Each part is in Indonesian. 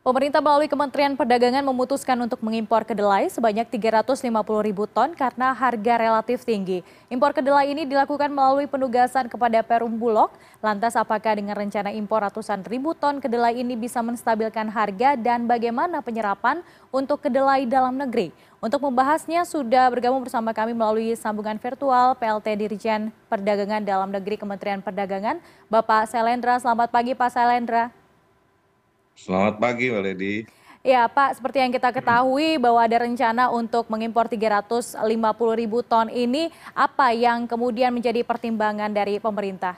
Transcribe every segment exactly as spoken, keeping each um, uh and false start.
Pemerintah melalui Kementerian Perdagangan memutuskan untuk mengimpor kedelai sebanyak tiga ratus lima puluh ribu ton karena harga relatif tinggi. Impor kedelai ini dilakukan melalui penugasan kepada Perum Bulog. Lantas apakah dengan rencana impor ratusan ribu ton kedelai ini bisa menstabilkan harga dan bagaimana penyerapan untuk kedelai dalam negeri? Untuk membahasnya sudah bergabung bersama kami melalui sambungan virtual P L T Dirjen Perdagangan Dalam Negeri Kementerian Perdagangan, Bapak Selendra. Selamat pagi Pak Selendra. Selamat pagi, Mbak Lady. Ya Pak, seperti yang kita ketahui bahwa ada rencana untuk mengimpor tiga ratus lima puluh ribu ton ini, apa yang kemudian menjadi pertimbangan dari pemerintah?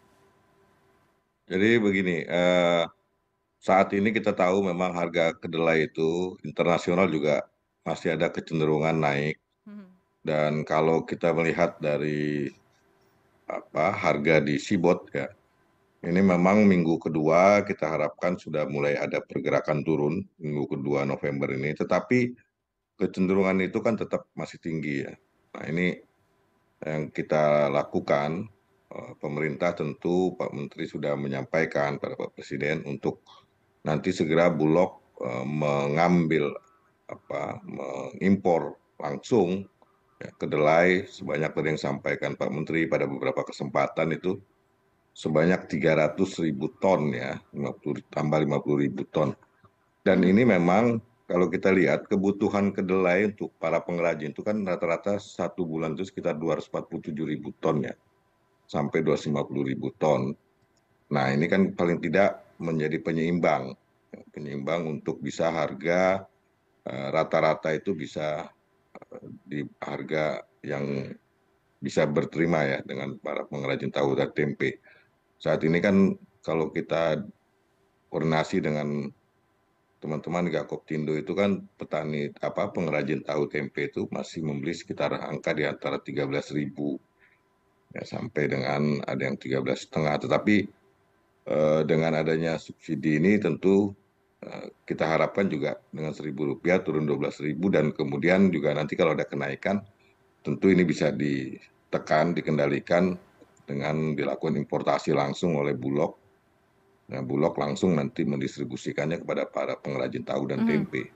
Jadi begini, eh, saat ini kita tahu memang harga kedelai itu internasional juga masih ada kecenderungan naik. Hmm. Dan kalau kita melihat dari apa harga di Sibot ya, ini memang minggu kedua kita harapkan sudah mulai ada pergerakan turun minggu kedua November ini. Tetapi kecenderungan itu kan tetap masih tinggi ya. Nah ini yang kita lakukan, eh, pemerintah tentu Pak Menteri sudah menyampaikan pada Pak Presiden untuk nanti segera Bulog eh, mengambil apa mengimpor langsung ya, kedelai sebanyak tadi yang sampaikan Pak Menteri pada beberapa kesempatan itu sebanyak tiga ratus ribu ton ya, lima puluh, tambah lima puluh ribu ton. Dan Mhm. ini memang kalau kita lihat kebutuhan kedelai untuk para pengrajin itu kan rata-rata satu bulan itu sekitar dua ratus empat puluh tujuh ribu ton ya, sampai dua ratus lima puluh ribu ton. Nah ini kan paling tidak menjadi penyeimbang, penyeimbang untuk bisa harga eh, rata-rata itu bisa eh, di harga yang bisa berterima ya dengan para pengrajin tahu dan tempe. Saat ini kan kalau kita koordinasi dengan teman-teman di Gakoptindo itu kan petani apa pengrajin tahu tempe itu masih membeli sekitar angka di antara tiga belas ribu ya, sampai dengan ada yang tiga belas setengah. Tetapi eh, dengan adanya subsidi ini tentu eh, kita harapkan juga dengan seribu rupiah turun dua belas ribu dan kemudian juga nanti kalau ada kenaikan tentu ini bisa ditekan, dikendalikan dengan dilakukan importasi langsung oleh Bulog. Nah, Bulog langsung nanti mendistribusikannya kepada para pengrajin tahu dan Mhm. tempe.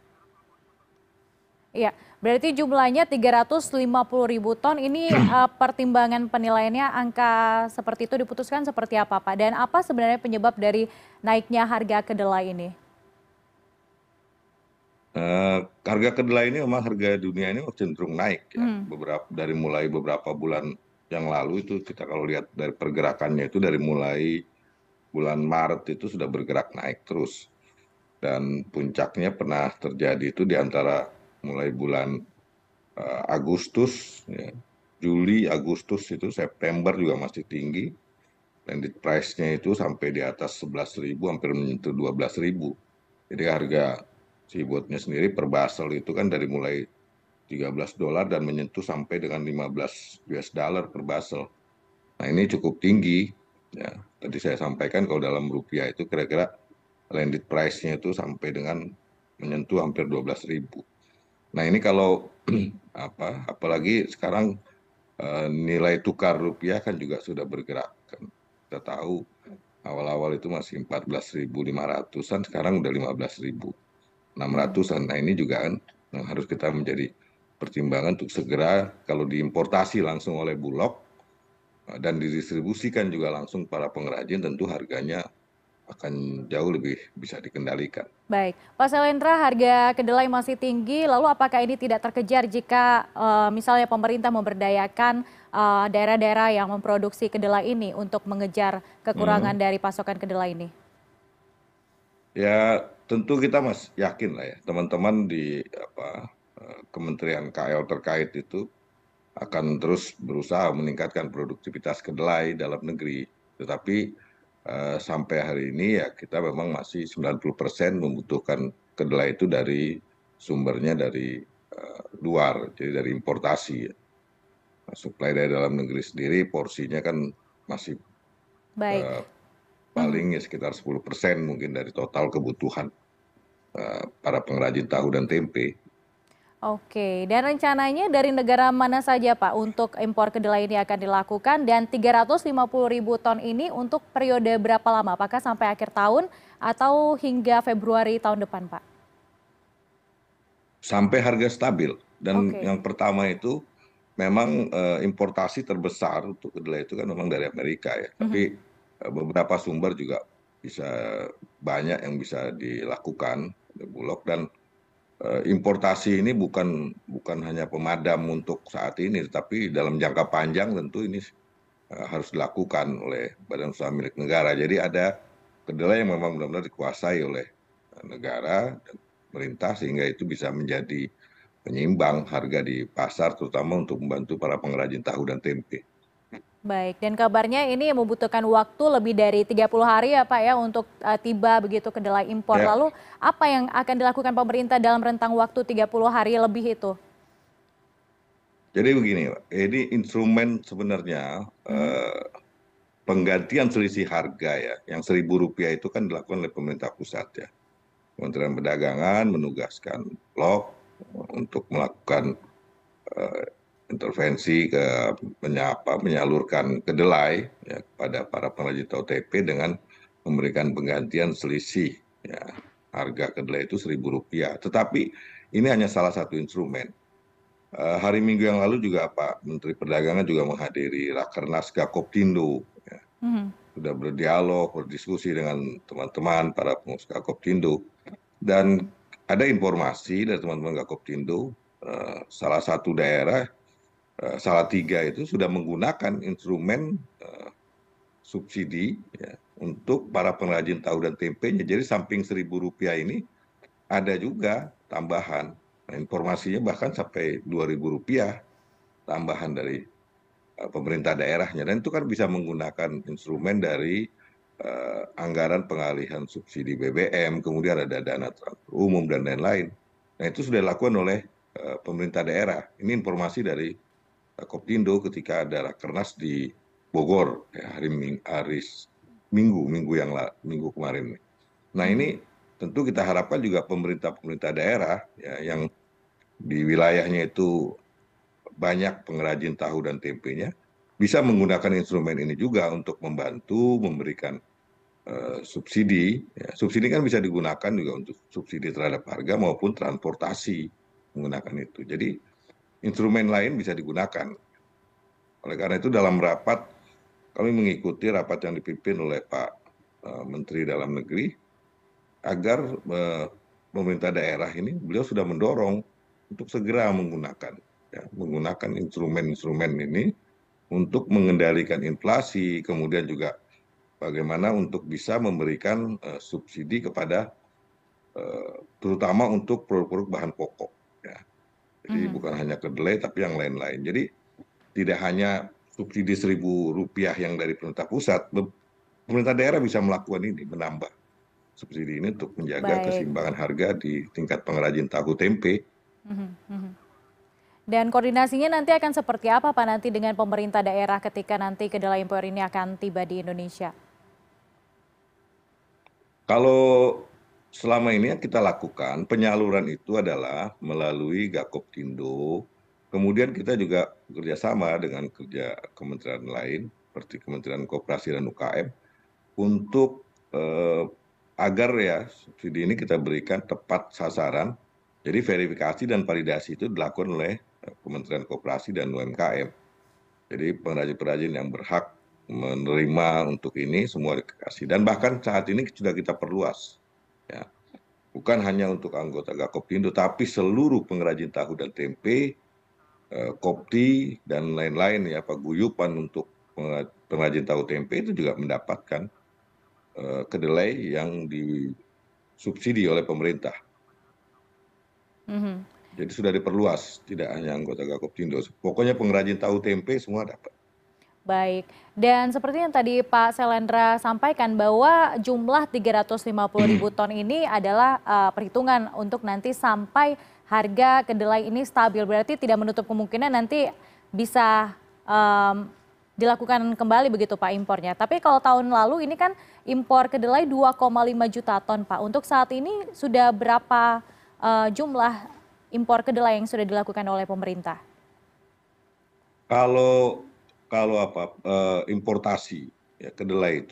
Iya, berarti jumlahnya tiga ratus lima puluh ribu ton ini eh, pertimbangan penilaiannya angka seperti itu diputuskan seperti apa Pak? Dan apa sebenarnya penyebab dari naiknya harga kedelai ini? Eh, harga kedelai ini memang harga dunia ini cenderung naik ya. Hmm. Beberapa dari mulai beberapa bulan yang lalu itu kita kalau lihat dari pergerakannya itu dari mulai bulan Maret itu sudah bergerak naik terus. Dan puncaknya pernah terjadi itu di antara mulai bulan eh, Agustus, ya, Juli, Agustus itu September juga masih tinggi. Landed price-nya itu sampai di atas sebelas ribu, hampir menyentuh dua belas ribu. Jadi harga seaboardnya sendiri per basel itu kan dari mulai tiga belas dolar dan menyentuh sampai dengan lima belas U S dollar per basel. Nah ini cukup tinggi. Ya, tadi saya sampaikan kalau dalam rupiah itu kira-kira landed price-nya itu sampai dengan menyentuh hampir dua belas ribu. Nah ini kalau apa, apalagi sekarang eh, nilai tukar rupiah kan juga sudah bergerak. Kan. Kita tahu awal-awal itu masih empat belas ribu lima ratusan, sekarang udah lima belas ribu enam Hmm. ratusan. Nah ini juga kan yang harus kita menjadi pertimbangan untuk segera kalau diimportasi langsung oleh Bulog eh, dan didistribusikan juga langsung para pengrajin tentu harganya akan jauh lebih bisa dikendalikan. Baik, Pak Selendra, harga kedelai masih tinggi, lalu apakah ini tidak terkejar jika eh, misalnya pemerintah memberdayakan eh, daerah-daerah yang memproduksi kedelai ini untuk mengejar kekurangan Hmm. dari pasokan kedelai ini? Ya tentu kita mas yakin lah ya teman-teman di apa eh, Kementerian K L terkait itu akan terus berusaha meningkatkan produktivitas kedelai dalam negeri. Tetapi eh, sampai hari ini ya kita memang masih sembilan puluh persen membutuhkan kedelai itu dari sumbernya dari eh, luar, jadi dari importasi. Ya. Nah, suplai dari dalam negeri sendiri porsinya kan masih Baik. eh, Mhm. paling ya sekitar sepuluh persen mungkin dari total kebutuhan eh, para pengrajin tahu dan tempe. Oke, dan rencananya dari negara mana saja Pak untuk impor kedelai ini akan dilakukan dan tiga ratus lima puluh ribu ton ini untuk periode berapa lama? Apakah sampai akhir tahun atau hingga Februari tahun depan, Pak? Sampai harga stabil. Dan Oke. yang pertama itu memang eh, importasi terbesar untuk kedelai itu kan memang dari Amerika ya. Mhm. Tapi eh, beberapa sumber juga bisa banyak yang bisa dilakukan oleh Bulog dan eh, importasi ini bukan bukan hanya pemadam untuk saat ini, tetapi dalam jangka panjang tentu ini eh, harus dilakukan oleh badan usaha milik negara. Jadi ada kedelai yang memang benar-benar dikuasai oleh eh, negara dan pemerintah sehingga itu bisa menjadi penyeimbang harga di pasar terutama untuk membantu para pengrajin tahu dan tempe. Baik, dan kabarnya ini membutuhkan waktu lebih dari tiga puluh hari ya Pak ya untuk uh, tiba begitu kedelai impor. Ya, Lalu apa yang akan dilakukan pemerintah dalam rentang waktu tiga puluh hari lebih itu? jadi begini, Pak. Ini instrumen sebenarnya Mhm. eh, penggantian selisih harga ya, yang seribu rupiah itu kan dilakukan oleh pemerintah pusat ya. Kementerian Perdagangan menugaskan Bulog untuk melakukan eh, intervensi ke menyapa, menyalurkan kedelai ya, kepada para pengrajin tahu tempe dengan memberikan penggantian selisih ya, harga kedelai itu seribu rupiah. Tetapi ini hanya salah satu instrumen. Eh, hari Minggu yang lalu juga Pak Menteri Perdagangan juga menghadiri Rakernas Gakoptindo. Ya. Mhm. Sudah berdialog, berdiskusi dengan teman-teman para pengusaha Gakoptindo. Dan ada informasi dari teman-teman Gakoptindo, eh, salah satu daerah, eh, salah tiga itu sudah menggunakan instrumen eh, subsidi ya, untuk para pengrajin tahu dan tempenya. Jadi samping seribu rupiah ini ada juga tambahan. Nah, informasinya bahkan sampai dua ribu rupiah tambahan dari uh, pemerintah daerahnya. Dan itu kan bisa menggunakan instrumen dari uh, anggaran pengalihan subsidi B B M, kemudian ada dana transfer umum dan lain-lain. Nah itu sudah dilakukan oleh uh, pemerintah daerah. Ini informasi dari uh, Koptindo ketika ada rakernas di Bogor ya, hari, Ming hari Minggu, Minggu yang la Minggu kemarin. Nah Mhm. ini tentu kita harapkan juga pemerintah-pemerintah daerah ya, yang di wilayahnya itu banyak pengrajin tahu dan tempenya bisa menggunakan instrumen ini juga untuk membantu memberikan uh, subsidi. Ya, subsidi kan bisa digunakan juga untuk subsidi terhadap harga maupun transportasi menggunakan itu. Jadi instrumen lain bisa digunakan. Oleh karena itu dalam rapat kami mengikuti rapat yang dipimpin oleh Pak uh, Menteri Dalam Negeri agar uh, pemerintah daerah ini beliau sudah mendorong untuk segera menggunakan ya, menggunakan instrumen-instrumen ini untuk mengendalikan inflasi, kemudian juga bagaimana untuk bisa memberikan uh, subsidi kepada uh, terutama untuk produk-produk bahan pokok. Ya. Jadi Mhm. bukan hanya kedelai tapi yang lain-lain. Jadi tidak hanya subsidi seribu rupiah yang dari pemerintah pusat, pemerintah daerah bisa melakukan ini, menambah subsidi ini untuk menjaga Baik. keseimbangan harga di tingkat pengrajin tahu tempe. Mhm. Mhm. Dan koordinasinya nanti akan seperti apa Pak nanti dengan pemerintah daerah ketika nanti kedelai impor ini akan tiba di Indonesia? Kalau selama ini yang kita lakukan, penyaluran itu adalah melalui Gakoptindo, kemudian kita juga bekerjasama dengan kerja kementerian lain, seperti Kementerian Koperasi dan U K M, untuk eh, agar ya subsidi ini kita berikan tepat sasaran. Jadi verifikasi dan validasi itu dilakukan oleh eh, Kementerian Koperasi dan U M K M. Jadi pengrajin-pengrajin yang berhak menerima untuk ini semua dikasih. Dan bahkan saat ini sudah kita perluas. Ya. Bukan hanya untuk anggota Gakoptindo, tapi seluruh pengrajin tahu dan tempe, eh, Kopti, dan lain-lain ya, paguyupan untuk pengrajin tahu tempe itu juga mendapatkan eh, kedelai yang disubsidi oleh pemerintah. Mhm. Jadi sudah diperluas, tidak hanya anggota Gakoptindo. Pokoknya pengrajin tahu tempe semua dapat. Baik, dan seperti yang tadi Pak Selendra sampaikan bahwa jumlah tiga ratus lima puluh ribu ton ini adalah uh, perhitungan untuk nanti sampai harga kedelai ini stabil. Berarti tidak menutup kemungkinan nanti bisa um, dilakukan kembali begitu Pak impornya. Tapi kalau tahun lalu ini kan impor kedelai dua koma lima juta ton Pak. Untuk saat ini sudah berapa uh, jumlah impor kedelai yang sudah dilakukan oleh pemerintah? Kalau kalau apa eh, importasi ya kedelai itu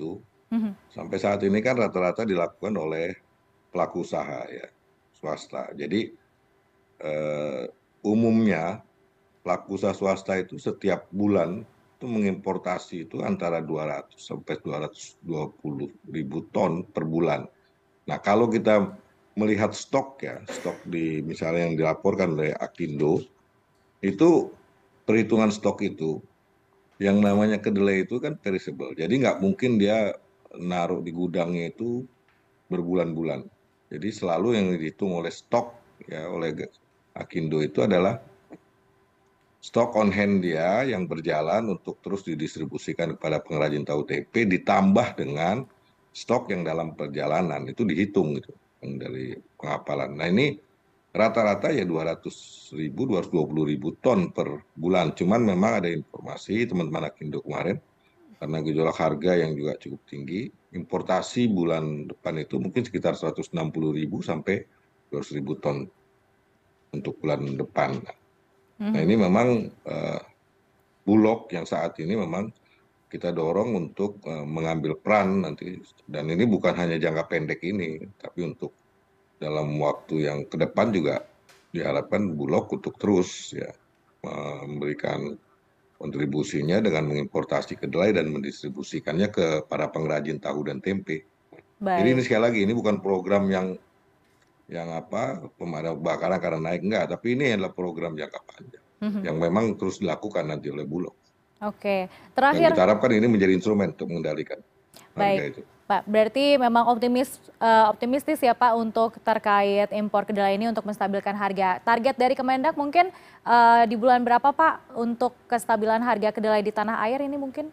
Mhm. Sampai saat ini kan rata-rata dilakukan oleh pelaku usaha ya, swasta. Jadi eh, umumnya pelaku usaha swasta itu setiap bulan itu mengimportasi itu antara dua ratus sampai dua ratus dua puluh ribu ton per bulan. Nah, kalau kita melihat stok ya, stok di misalnya yang dilaporkan oleh Akindo, itu perhitungan stok itu, yang namanya kedelai itu kan perishable. Jadi nggak mungkin dia naruh di gudangnya itu berbulan-bulan. Jadi selalu yang dihitung oleh stok ya oleh Akindo itu adalah stok on hand dia yang berjalan untuk terus didistribusikan kepada pengrajin tahu tempe ditambah dengan stok yang dalam perjalanan itu dihitung gitu yang dari pengapalan. Nah ini rata-rata ya dua ratus ribu, dua ratus dua puluh ribu ton per bulan. Cuman memang ada informasi teman-teman Akindo kemarin karena gejolak harga yang juga cukup tinggi, importasi bulan depan itu mungkin sekitar seratus enam puluh ribu sampai dua ratus ribu ton untuk bulan depan. Nah Mhm. ini memang eh, Bulog yang saat ini memang kita dorong untuk eh, mengambil peran nanti, dan ini bukan hanya jangka pendek ini, tapi untuk dalam waktu yang ke depan juga diharapkan Bulog untuk terus ya memberikan kontribusinya dengan mengimportasi kedelai dan mendistribusikannya ke para pengrajin tahu dan tempe. Jadi ini Baik. sekali lagi ini bukan program yang yang apa pemadam kebakaran karena naik enggak, tapi ini adalah program jangka panjang Mhm. yang memang terus dilakukan nanti oleh Bulog. Oke, Dan terakhir. kita harapkan ini menjadi instrumen untuk mengendalikan harga Baik, itu. Pak. Berarti memang optimis, eh, optimistis ya Pak untuk terkait impor kedelai ini untuk menstabilkan harga. Target dari Kemendak mungkin eh, di bulan berapa Pak untuk kestabilan harga kedelai di tanah air ini mungkin?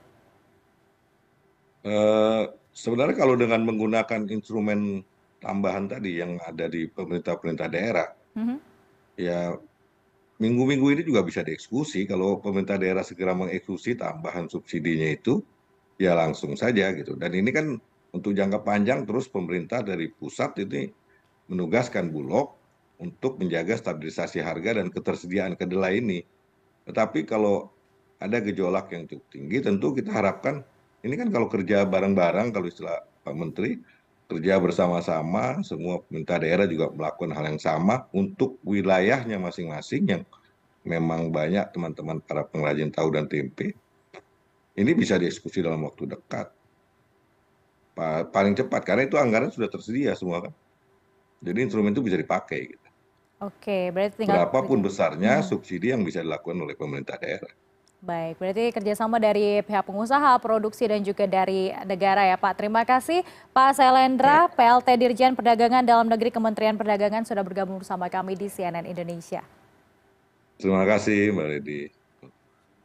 Eh, sebenarnya kalau dengan menggunakan instrumen tambahan tadi yang ada di pemerintah-pemerintah daerah, Mhm. ya minggu-minggu ini juga bisa dieksekusi. Kalau pemerintah daerah segera mengeksekusi tambahan subsidinya itu, ya langsung saja gitu. Dan ini kan untuk jangka panjang terus pemerintah dari pusat ini menugaskan Bulog untuk menjaga stabilisasi harga dan ketersediaan kedelai ini. Tetapi kalau ada gejolak yang cukup tinggi, tentu kita harapkan ini kan kalau kerja bareng-bareng, kalau istilah Pak Menteri, kerja bersama-sama, semua pemerintah daerah juga melakukan hal yang sama untuk wilayahnya masing-masing yang memang banyak teman-teman para pengrajin tahu dan tempe. Ini bisa dieksekusi dalam waktu dekat, paling cepat, karena itu anggaran sudah tersedia semua kan. Jadi instrumen itu bisa dipakai. Gitu. Oke, berarti tinggal Berapapun kerja. besarnya Mhm. subsidi yang bisa dilakukan oleh pemerintah daerah. Baik, berarti kerjasama dari pihak pengusaha, produksi, dan juga dari negara ya Pak. Terima kasih Pak Selendra, Baik. P L T Dirjen Perdagangan Dalam Negeri Kementerian Perdagangan sudah bergabung bersama kami di C N N Indonesia. Terima kasih Mbak Ledi.